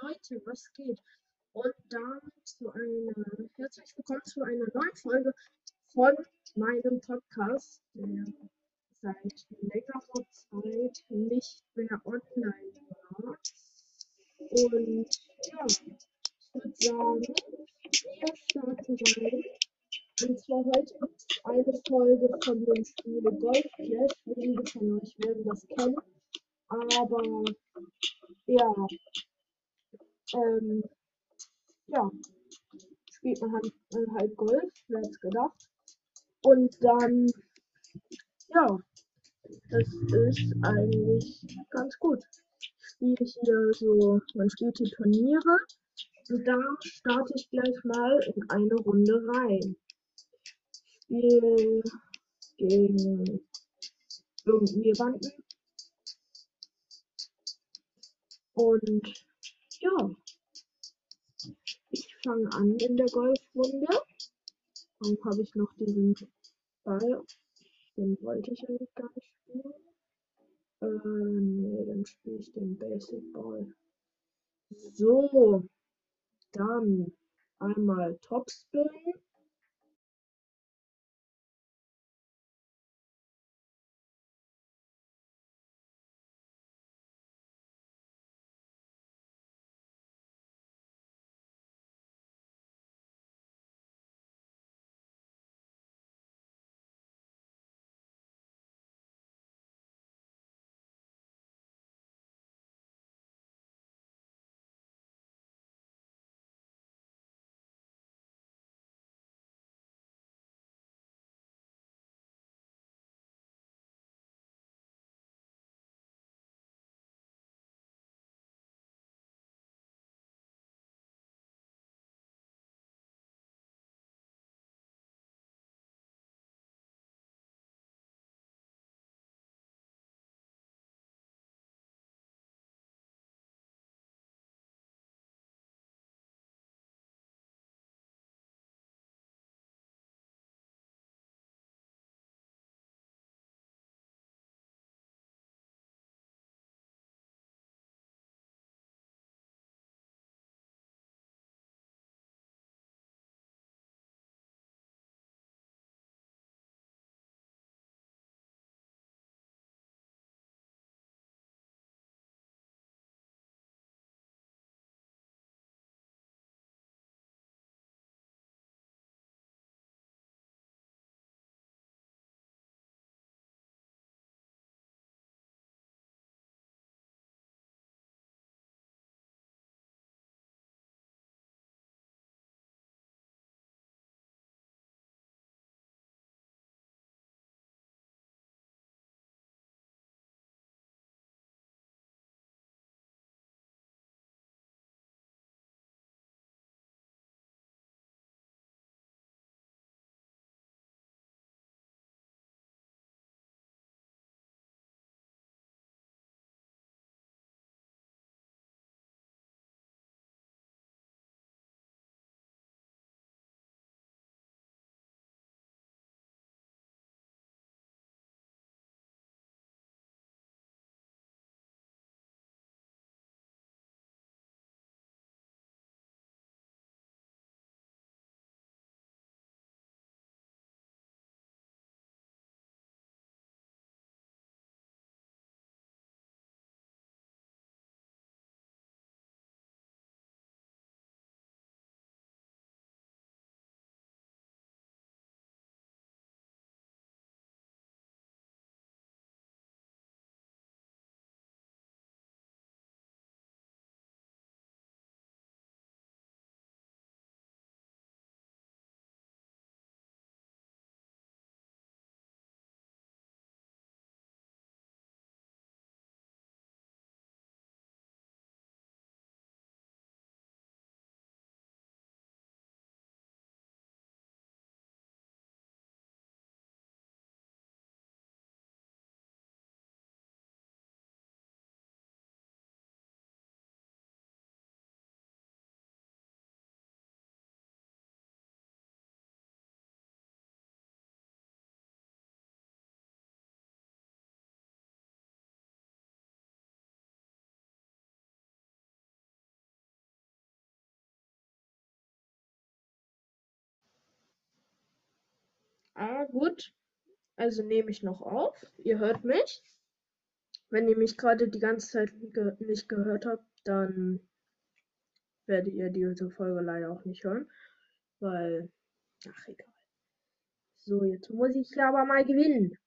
Leute, was geht? Und damit herzlich willkommen zu einer neuen Folge von meinem Podcast, der seit längerer Zeit nicht mehr online war. Und ja, ich würde sagen, wir starten rein. Und zwar heute gibt es eine Folge von dem Spiel Golf Clash. Wenige von euch werden das kennen. Aber ja, ähm, ja, spielt man halt Golf, wer hätte gedacht. Und dann, ja, das ist eigentlich ganz gut. Spiele hier so, man spielt die Turniere und da starte ich gleich mal in eine Runde rein. Spiel gegen irgendjemanden und ja, ich fange an in der Golfrunde. Warum habe ich noch diesen Ball? Den wollte ich eigentlich gar nicht spielen. Nee, dann spiele ich den Basic Ball. So, dann einmal Topspin. Ah, gut. Also nehme ich noch auf. Ihr hört mich. Wenn ihr mich gerade die ganze Zeit nicht gehört habt, dann werdet ihr diese Folge leider auch nicht hören. Weil, ach egal. So, jetzt muss ich aber mal gewinnen.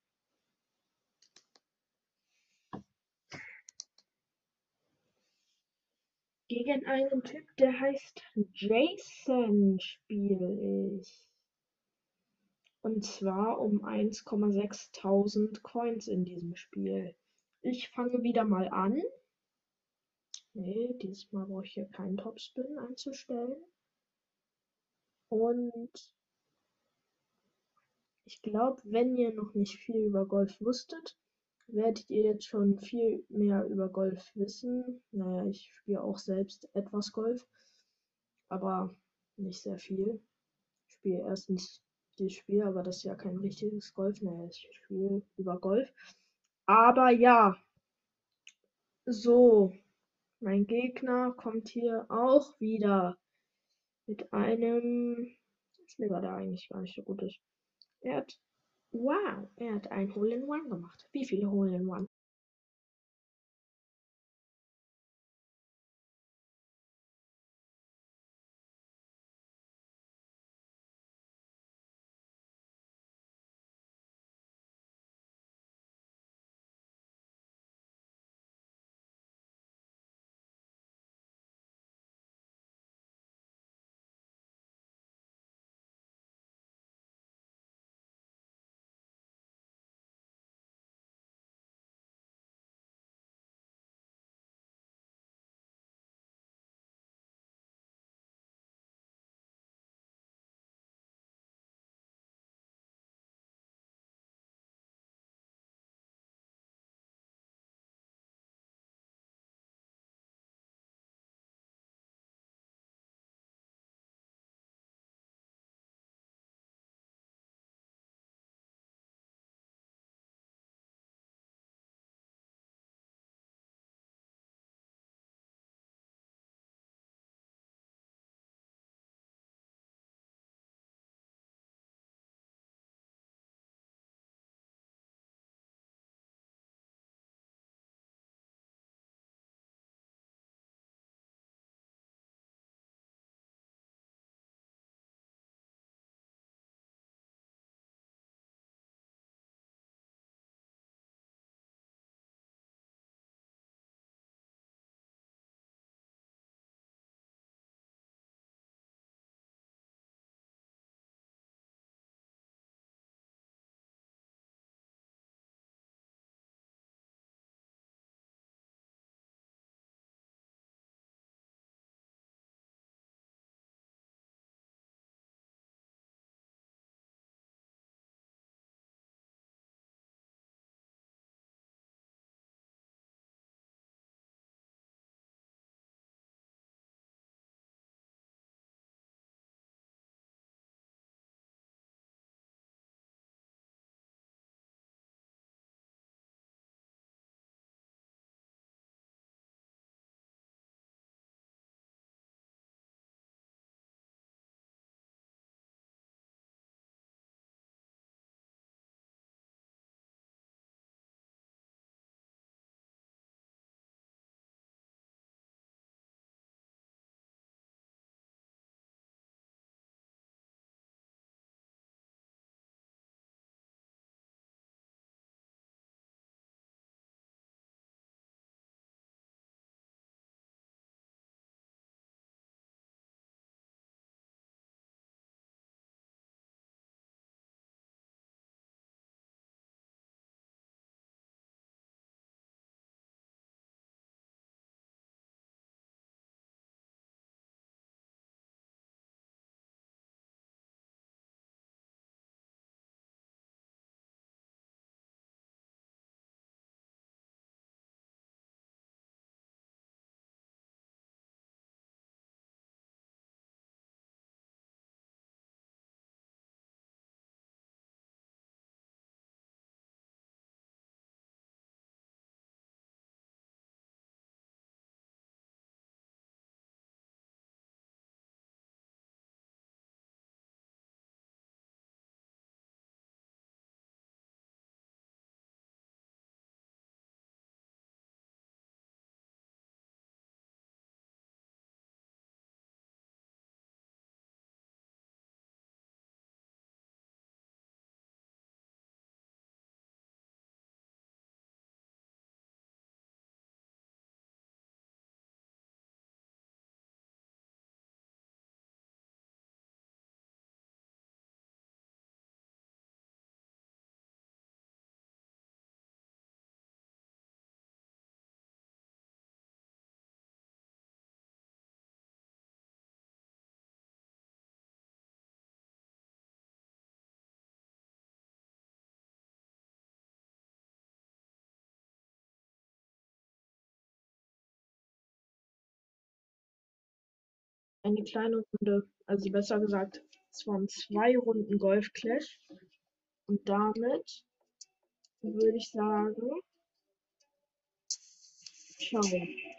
Gegen einen Typ, der heißt Jason, spiele ich. Und zwar um 1,6 Coins in diesem Spiel. Ich fange wieder mal an. Nee, diesmal brauche ich hier keinen Topspin einzustellen. Und ich glaube, wenn ihr noch nicht viel über Golf wusstet, werdet ihr jetzt schon viel mehr über Golf wissen. Naja, ich spiele auch selbst etwas Golf, aber nicht sehr viel. Ich spiele erstens dieses Spiel, aber das ist ja kein richtiges Golf. Naja, ich spiele über Golf. Aber ja, so, mein Gegner kommt hier auch wieder mit einem Schläger, der eigentlich gar nicht so gut ist. Er hat, wow, er hat ein Hole in One gemacht. Wie viele Hole in One? eine kleine Runde, also besser gesagt, es waren 2 Runden Golf Clash. Und damit würde ich sagen, ciao.